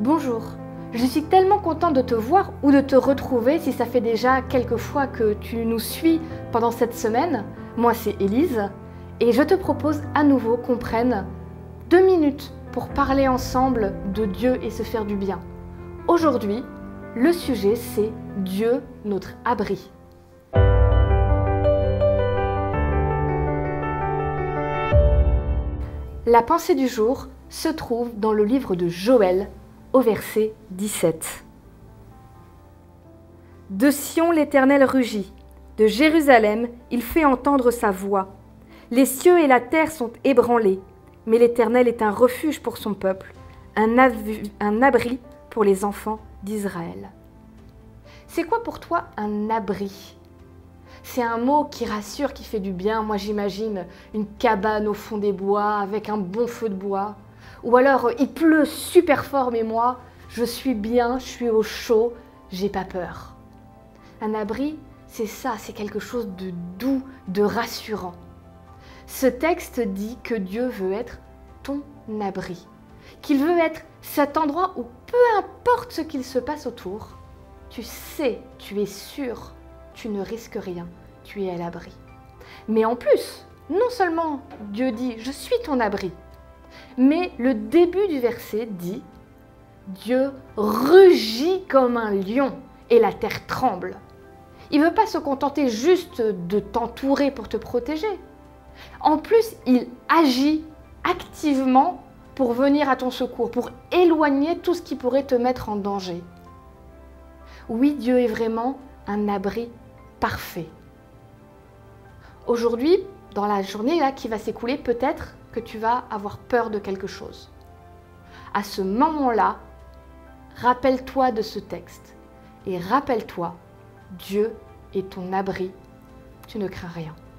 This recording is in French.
Bonjour, je suis tellement contente de te voir ou de te retrouver si ça fait déjà quelques fois que tu nous suis pendant cette semaine. Moi c'est Élise et je te propose à nouveau qu'on prenne 2 minutes pour parler ensemble de Dieu et se faire du bien. Aujourd'hui, le sujet c'est Dieu, notre abri. La pensée du jour se trouve dans le livre de Joël, au verset 17. De Sion l'Éternel rugit, de Jérusalem il fait entendre sa voix. Les cieux et la terre sont ébranlés, mais l'Éternel est un refuge pour son peuple, un abri pour les enfants d'Israël. C'est quoi pour toi un abri ? C'est un mot qui rassure, qui fait du bien. Moi j'imagine une cabane au fond des bois avec un bon feu de bois. Ou alors il pleut super fort mais moi je suis bien, je suis au chaud, j'ai pas peur. Un abri, c'est ça, c'est quelque chose de doux, de rassurant. Ce texte dit que Dieu veut être ton abri, qu'il veut être cet endroit où peu importe ce qu'il se passe autour, tu sais, tu es sûr, tu ne risques rien, tu es à l'abri. Mais en plus, non seulement Dieu dit « je suis ton abri », mais le début du verset dit « Dieu rugit comme un lion et la terre tremble ». Il ne veut pas se contenter juste de t'entourer pour te protéger. En plus, il agit activement pour venir à ton secours, pour éloigner tout ce qui pourrait te mettre en danger. Oui, Dieu est vraiment un abri parfait. Aujourd'hui, dans la journée là, qui va s'écouler, peut-être que tu vas avoir peur de quelque chose. À ce moment-là, rappelle-toi de ce texte et rappelle-toi, Dieu est ton abri, tu ne crains rien.